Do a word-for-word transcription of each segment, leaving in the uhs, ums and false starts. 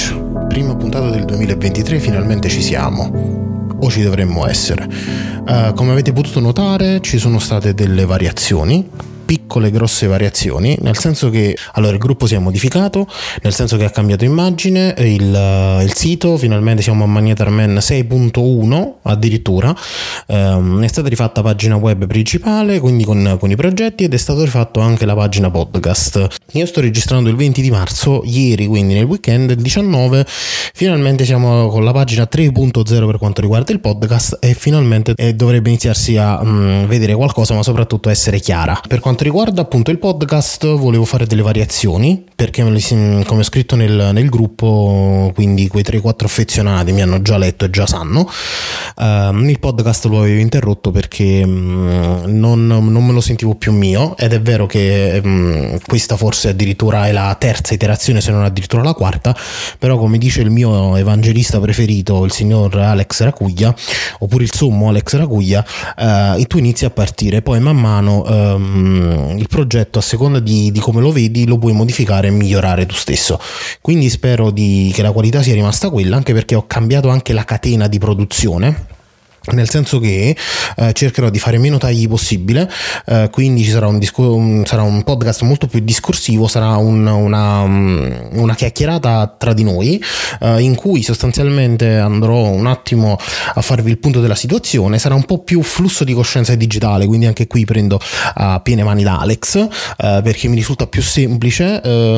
Glitch, prima puntata del duemilaventitré, finalmente ci siamo, o ci dovremmo essere. Uh, come avete potuto notare ci sono state delle variazioni, piccole grosse variazioni, nel senso che allora il gruppo si è modificato, nel senso che ha cambiato immagine, il, il sito finalmente siamo a Magnetarman sei punto uno addirittura, um, è stata rifatta pagina web principale, quindi con, con i progetti, ed è stato rifatto anche la pagina podcast. Io sto registrando il venti di marzo, ieri, quindi nel weekend, il diciannove finalmente siamo con la pagina tre punto zero per quanto riguarda il podcast, e finalmente eh, dovrebbe iniziarsi a um, vedere qualcosa, ma soprattutto essere chiara. Per quanto riguarda appunto il podcast, volevo fare delle variazioni, perché come ho scritto nel, nel gruppo, quindi quei tre quattro affezionati mi hanno già letto e già sanno, uh, il podcast lo avevo interrotto perché um, non, non me lo sentivo più mio, ed è vero che um, questa forse addirittura è la terza iterazione, se non addirittura la quarta, però come dice il mio evangelista preferito, il signor Alex Racuglia, oppure il sommo Alex Racuglia, uh, tu inizi a partire, poi man mano um, il progetto, a seconda di, di come lo vedi, lo puoi modificare e migliorare tu stesso. Quindi spero di, che la qualità sia rimasta quella, anche perché ho cambiato anche la catena di produzione, nel senso che eh, cercherò di fare meno tagli possibile, eh, quindi ci sarà un, discor- un, sarà un podcast molto più discorsivo, sarà un, una, una chiacchierata tra di noi, eh, in cui sostanzialmente andrò un attimo a farvi il punto della situazione. Sarà un po' più flusso di coscienza digitale, quindi anche qui prendo a piene mani da Alex, eh, perché mi risulta più semplice,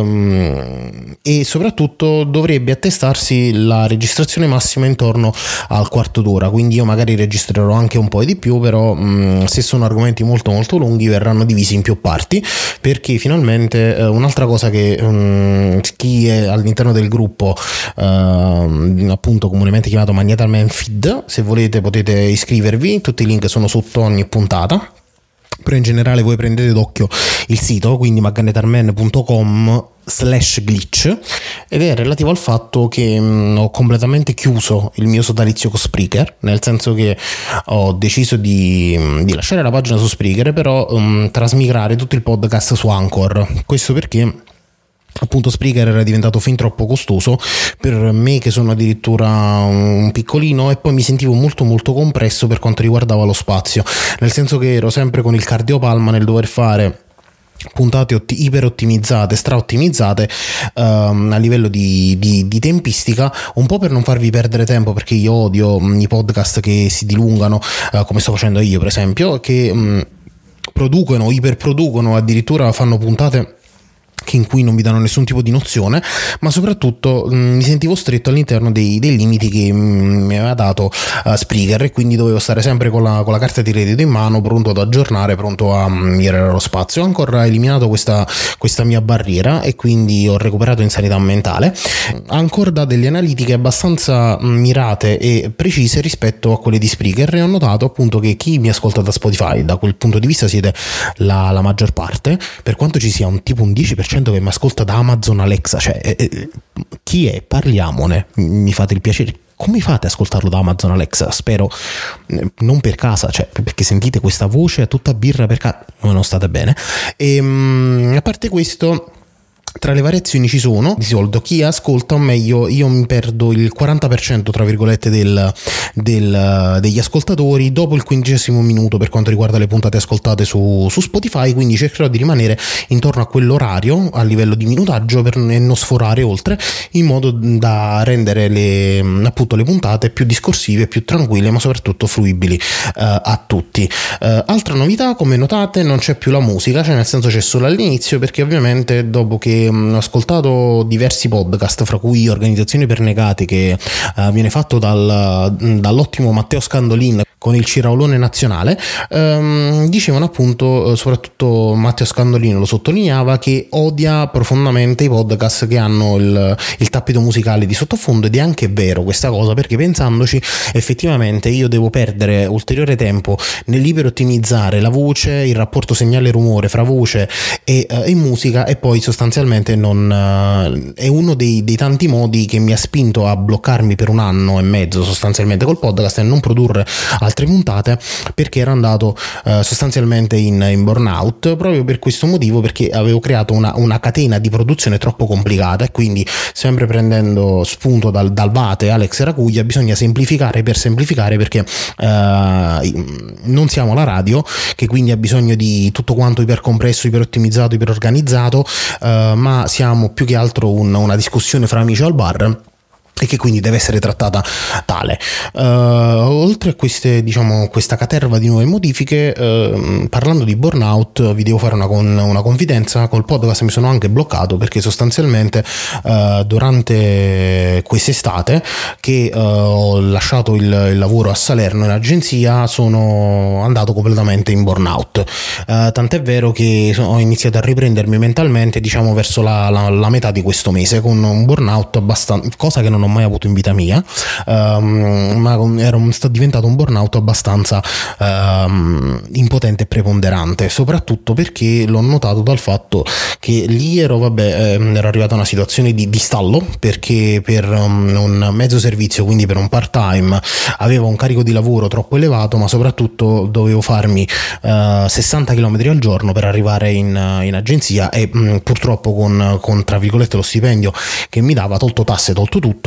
ehm, e soprattutto dovrebbe attestarsi la registrazione massima intorno al quarto d'ora, quindi io magari registrerò anche un po' di più, però mh, se sono argomenti molto molto lunghi verranno divisi in più parti, perché finalmente eh, un'altra cosa che mh, chi è all'interno del gruppo, eh, appunto comunemente chiamato Magnetarman Feed, se volete potete iscrivervi, tutti i link sono sotto ogni puntata, però in generale voi prendete d'occhio il sito, quindi magnetarman punto com slash glitch, ed è relativo al fatto che mh, ho completamente chiuso il mio sodalizio con Spreaker, nel senso che ho deciso di, di lasciare la pagina su Spreaker, però um, trasmigrare tutto il podcast su Anchor. Questo perché appunto Spreaker era diventato fin troppo costoso per me, che sono addirittura un piccolino, e poi mi sentivo molto molto compresso per quanto riguardava lo spazio, nel senso che ero sempre con il cardiopalma nel dover fare puntate otti- iper ottimizzate, stra ottimizzate um, a livello di, di, di tempistica, un po' per non farvi perdere tempo, perché io odio um, i podcast che si dilungano, uh, come sto facendo io per esempio, che um, producono, iperproducono, addirittura fanno puntate che in cui non vi danno nessun tipo di nozione, ma soprattutto mh, mi sentivo stretto all'interno dei, dei limiti che mh, mi aveva dato uh, Spreaker, e quindi dovevo stare sempre con la, con la carta di credito in mano, pronto ad aggiornare, pronto a migliorare lo spazio. Ho ancora eliminato questa, questa mia barriera, e quindi ho recuperato in sanità mentale. Ancora da delle analitiche abbastanza mirate e precise rispetto a quelle di Spreaker, e ho notato appunto che chi mi ascolta da Spotify, da quel punto di vista siete la, la maggior parte, per quanto ci sia un tipo un dieci per cento che mi ascolta da Amazon Alexa, cioè eh, chi è? Parliamone, mi fate il piacere. Come fate ad ascoltarlo da Amazon Alexa? Spero eh, non per casa, cioè perché sentite questa voce a tutta birra per casa, non state bene. E mh, a parte questo, tra le variazioni ci sono, di solito chi ascolta, o meglio io mi perdo il quaranta per cento tra virgolette del, del, degli ascoltatori dopo il quindicesimo minuto per quanto riguarda le puntate ascoltate su, su Spotify, quindi cercherò di rimanere intorno a quell'orario a livello di minutaggio per non sforare oltre, in modo da rendere le, appunto, le puntate più discorsive, più tranquille, ma soprattutto fruibili uh, a tutti. Uh, altra novità, come notate, non c'è più la musica, cioè nel senso c'è solo all'inizio, perché ovviamente dopo che ho ascoltato diversi podcast, fra cui Organizzazioni per Negati, che uh, viene fatto dal, dall'ottimo Matteo Scandolin con il Ciraolone Nazionale, um, dicevano appunto, soprattutto Matteo Scandolino lo sottolineava, che odia profondamente i podcast che hanno il, il tappeto musicale di sottofondo, ed è anche vero questa cosa, perché pensandoci effettivamente io devo perdere ulteriore tempo nell'iperottimizzare la voce, il rapporto segnale-rumore fra voce e, uh, e musica, e poi sostanzialmente non uh, è uno dei, dei tanti modi che mi ha spinto a bloccarmi per un anno e mezzo sostanzialmente col podcast e non produrre altri altre puntate, perché ero andato uh, sostanzialmente in, in burnout, proprio per questo motivo, perché avevo creato una, una catena di produzione troppo complicata, e quindi, sempre prendendo spunto dal, dal Vate Alex Racuglia, bisogna semplificare per semplificare, perché uh, non siamo la radio che quindi ha bisogno di tutto quanto ipercompresso, iperottimizzato, iperorganizzato, uh, ma siamo più che altro un, una discussione fra amici al bar, e che quindi deve essere trattata tale. Uh, oltre a queste, diciamo, questa caterva di nuove modifiche, uh, parlando di burnout, vi devo fare una, con, una confidenza. Col podcast mi sono anche bloccato, perché sostanzialmente uh, durante quest'estate che uh, ho lasciato il, il lavoro a Salerno in agenzia, sono andato completamente in burnout, uh, tant'è vero che ho iniziato a riprendermi mentalmente, diciamo, verso la, la, la metà di questo mese, con un burnout abbastanza, cosa che non ho mai avuto in vita mia, um, ma ero sto diventato un burnout abbastanza um, impotente e preponderante, soprattutto perché l'ho notato dal fatto che lì ero vabbè eh, ero arrivato a una situazione di, di stallo, perché per um, un mezzo servizio, quindi per un part time, avevo un carico di lavoro troppo elevato, ma soprattutto dovevo farmi uh, sessanta chilometri al giorno per arrivare in, in agenzia, e mh, purtroppo con, con tra virgolette lo stipendio che mi dava, tolto tasse, tolto tutto,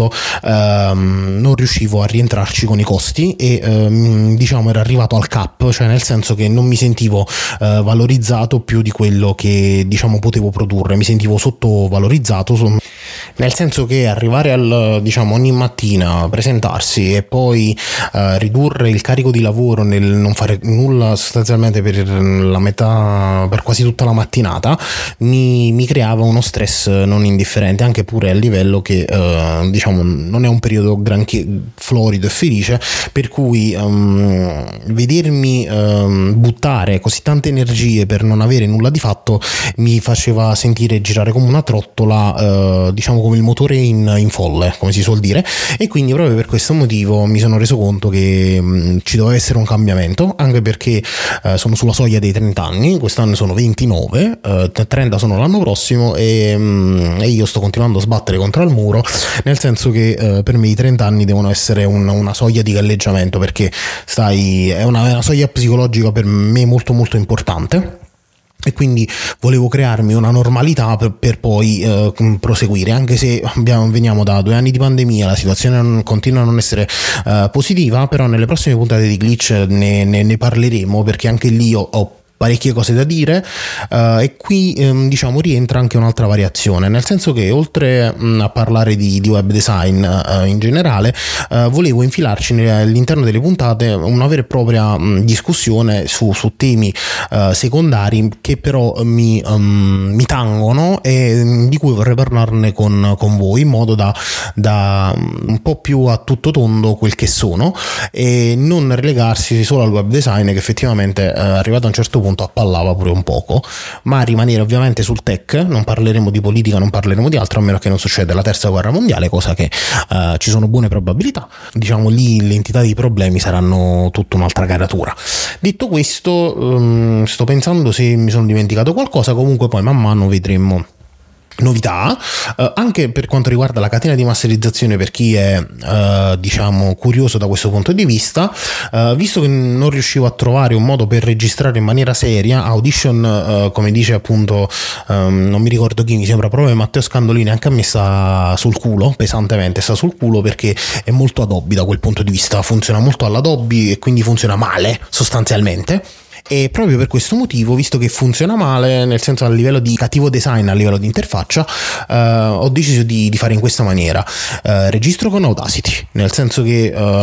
ehm, non riuscivo a rientrarci con i costi, e ehm, diciamo ero arrivato al cap, cioè nel senso che non mi sentivo eh, valorizzato più di quello che, diciamo, potevo produrre, mi sentivo sottovalorizzato, nel senso che arrivare al, diciamo, ogni mattina presentarsi e poi eh, ridurre il carico di lavoro nel non fare nulla sostanzialmente per la metà, per quasi tutta la mattinata, mi, mi creava uno stress non indifferente, anche pure a livello che eh, diciamo non è un periodo granché florido e felice, per cui um, vedermi um, buttare così tante energie per non avere nulla di fatto mi faceva sentire girare come una trottola, uh, diciamo come il motore in, in folle, come si suol dire, e quindi proprio per questo motivo mi sono reso conto che um, ci doveva essere un cambiamento, anche perché uh, sono sulla soglia dei trenta anni, quest'anno sono ventinove, uh, trenta sono l'anno prossimo, e, um, e io sto continuando a sbattere contro il muro, nel senso che eh, per me i trenta anni devono essere un, una soglia di galleggiamento, perché stai è una, è una soglia psicologica per me molto molto importante, e quindi volevo crearmi una normalità per, per poi eh, proseguire, anche se abbiamo, veniamo da due anni di pandemia, la situazione non, continua a non essere eh, positiva, però nelle prossime puntate di Glitch ne, ne, ne parleremo, perché anche lì ho, ho parecchie cose da dire, uh, e qui um, diciamo rientra anche un'altra variazione, nel senso che oltre um, a parlare di, di web design uh, in generale, uh, volevo infilarci all'interno delle puntate una vera e propria um, discussione su, su temi uh, secondari che però mi, um, mi tangono, e um, di cui vorrei parlarne con, con voi, in modo da, da um, un po' più a tutto tondo quel che sono, e non relegarsi solo al web design, che effettivamente uh, arrivato a un certo punto appallava pure un poco, ma rimanere ovviamente sul tech. Non parleremo di politica, non parleremo di altro, a meno che non succeda la terza guerra mondiale, cosa che uh, ci sono buone probabilità, diciamo lì l'entità dei problemi saranno tutta un'altra caratura. Detto questo, um, sto pensando se mi sono dimenticato qualcosa, comunque poi man mano vedremo novità, eh, anche per quanto riguarda la catena di masterizzazione, per chi è eh, diciamo curioso da questo punto di vista. Eh, visto che non riuscivo a trovare un modo per registrare in maniera seria, Audition, eh, come dice appunto ehm, non mi ricordo chi, mi sembra proprio Matteo Scandolini, anche a me sta sul culo, pesantemente sta sul culo, perché è molto Adobe da quel punto di vista, funziona molto all'Adobe e quindi funziona male sostanzialmente. E proprio per questo motivo, visto che funziona male, nel senso a livello di cattivo design, a livello di interfaccia, eh, ho deciso di, di fare in questa maniera. Eh, registro con Audacity, nel senso che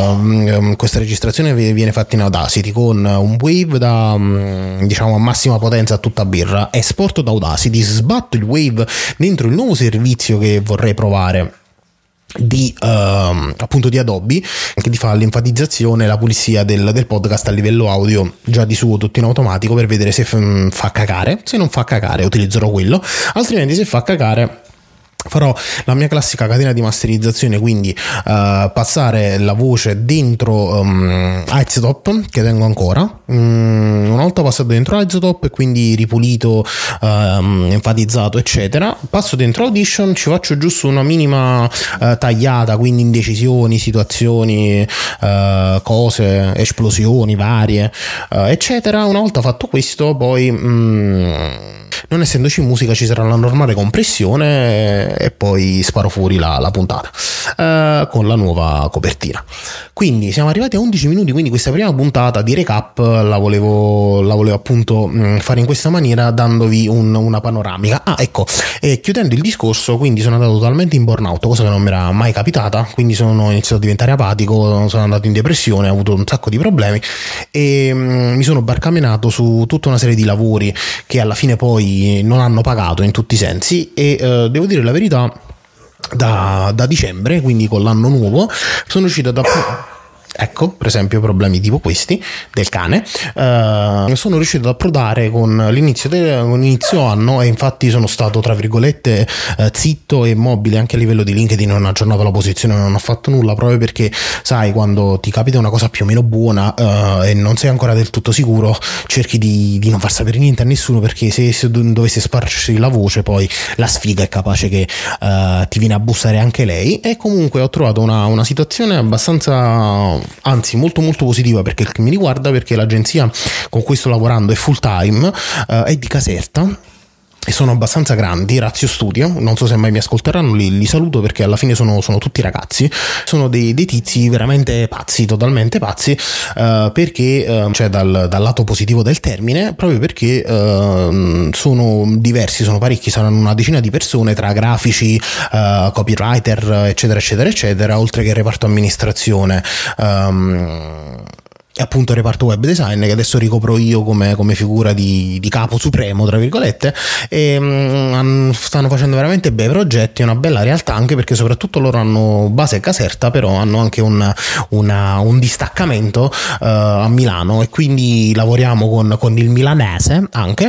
eh, questa registrazione viene fatta in Audacity con un wave da diciamo a massima potenza a tutta birra, esporto da Audacity, sbatto il wave dentro il nuovo servizio che vorrei provare di uh, appunto di Adobe, che ti fa l'enfatizzazione e la pulizia del, del podcast a livello audio già di suo, tutto in automatico, per vedere se f- fa cacare. Se non fa cacare utilizzerò quello, altrimenti se fa cacare farò la mia classica catena di masterizzazione, quindi uh, passare la voce dentro um, Isotope, che tengo ancora. Um, una volta passato dentro Isotope e quindi ripulito, um, enfatizzato eccetera, passo dentro Audition, ci faccio giusto una minima uh, tagliata, quindi indecisioni, situazioni, uh, cose, esplosioni varie, uh, eccetera. Una volta fatto questo, poi um, non essendoci musica ci sarà la normale compressione e poi sparo fuori la, la puntata eh, con la nuova copertina. Quindi siamo arrivati a undici minuti, quindi questa prima puntata di recap la volevo, la volevo appunto mh, fare in questa maniera, dandovi un, una panoramica. Ah ecco, e chiudendo il discorso, quindi sono andato totalmente in burnout, cosa che non mi era mai capitata, quindi sono iniziato a diventare apatico, sono andato in depressione, ho avuto un sacco di problemi e mh, mi sono barcamenato su tutta una serie di lavori che alla fine poi non hanno pagato in tutti i sensi e eh, devo dire la verità, da, da dicembre, quindi con l'anno nuovo, sono uscito da... Ecco, per esempio, problemi tipo questi del cane. Uh, sono riuscito ad approdare con l'inizio, de- con l'inizio anno e infatti sono stato, tra virgolette, uh, zitto e mobile anche a livello di LinkedIn, non ho aggiornato la posizione, non ho fatto nulla, proprio perché, sai, quando ti capita una cosa più o meno buona uh, e non sei ancora del tutto sicuro, cerchi di, di non far sapere niente a nessuno, perché se, se dovesse spargersi la voce, poi la sfiga è capace che uh, ti viene a bussare anche lei. E comunque ho trovato una, una situazione abbastanza... anzi molto molto positiva per quel che mi riguarda, perché l'agenzia con cui sto lavorando è full time, uh, è di Caserta e sono abbastanza grandi, Razio Studio, non so se mai mi ascolteranno, li, li saluto perché alla fine sono, sono tutti ragazzi, sono dei, dei tizi veramente pazzi, totalmente pazzi, uh, perché uh, cioè dal, dal lato positivo del termine, proprio perché uh, sono diversi, sono parecchi, saranno una decina di persone tra grafici, uh, copywriter eccetera eccetera eccetera, oltre che il reparto amministrazione, um, e appunto il reparto web design, che adesso ricopro io come, come figura di, di capo supremo, tra virgolette, e um, stanno facendo veramente bei progetti, una bella realtà, anche perché soprattutto loro hanno base a Caserta, però hanno anche un, una, un distaccamento uh, a Milano, e quindi lavoriamo con, con il milanese anche,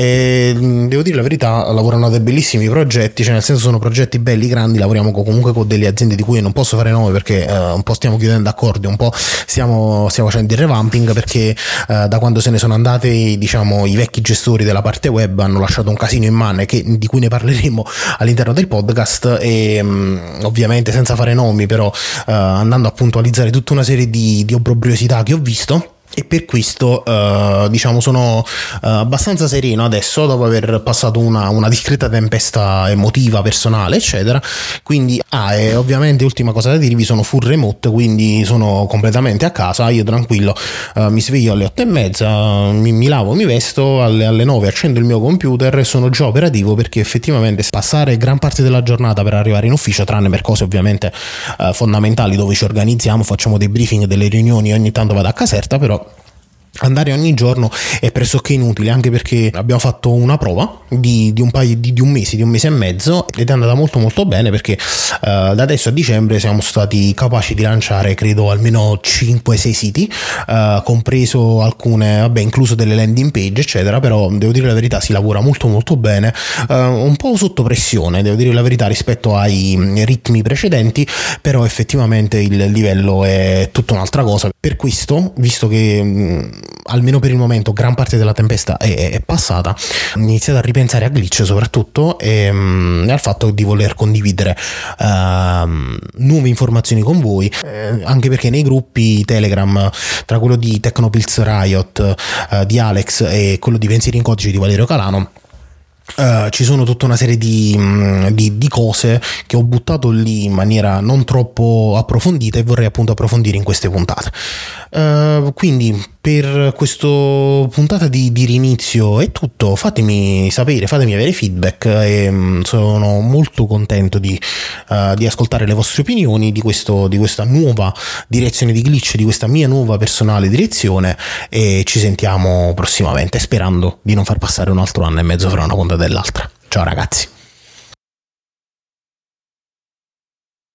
e devo dire la verità, lavorano a dei bellissimi progetti, cioè nel senso sono progetti belli, grandi, lavoriamo comunque con delle aziende di cui non posso fare nome perché uh, un po' stiamo chiudendo accordi, un po' stiamo, stiamo facendo il revamping, perché uh, da quando se ne sono andati, diciamo, i vecchi gestori della parte web hanno lasciato un casino in mano, che, di cui ne parleremo all'interno del podcast, e um, ovviamente senza fare nomi, però uh, andando a puntualizzare tutta una serie di, di obbrobriosità che ho visto. E per questo uh, diciamo sono uh, abbastanza sereno adesso, dopo aver passato una, una discreta tempesta emotiva, personale eccetera. Quindi ah, e ovviamente ultima cosa da dirvi, sono full remote, quindi sono completamente a casa, io tranquillo, uh, mi sveglio alle otto e mezza, mi, mi lavo, mi vesto, alle, alle nove accendo il mio computer e sono già operativo, perché effettivamente passare gran parte della giornata per arrivare in ufficio, tranne per cose ovviamente uh, fondamentali dove ci organizziamo, facciamo dei briefing, delle riunioni, ogni tanto vado a Caserta, però andare ogni giorno è pressoché inutile, anche perché abbiamo fatto una prova di, di un paio di, di un mese, di un mese e mezzo, ed è andata molto molto bene, perché uh, da adesso a dicembre siamo stati capaci di lanciare credo almeno cinque sei siti, uh, compreso alcune, vabbè, incluso delle landing page eccetera. Però devo dire la verità, si lavora molto molto bene, uh, un po' sotto pressione, devo dire la verità, rispetto ai ritmi precedenti, però effettivamente il livello è tutta un'altra cosa. Per questo, visto che mh, almeno per il momento gran parte della tempesta è, è passata, ho iniziato a ripensare a Glitch soprattutto, e, um, e al fatto di voler condividere uh, nuove informazioni con voi, eh, anche perché nei gruppi Telegram, tra quello di Tecnopills Riot, uh, di Alex, e quello di Pensieri in Codice di Valerio Calano, Uh, ci sono tutta una serie di, di, di cose che ho buttato lì in maniera non troppo approfondita, e vorrei appunto approfondire in queste puntate. Uh, quindi per questa puntata di, di rinizio è tutto. Fatemi sapere, fatemi avere feedback, e um, sono molto contento di, uh, di ascoltare le vostre opinioni di, questo, di questa nuova direzione di Glitch, di questa mia nuova personale direzione, e ci sentiamo prossimamente, sperando di non far passare un altro anno e mezzo fra una puntata dell'altra. Ciao ragazzi.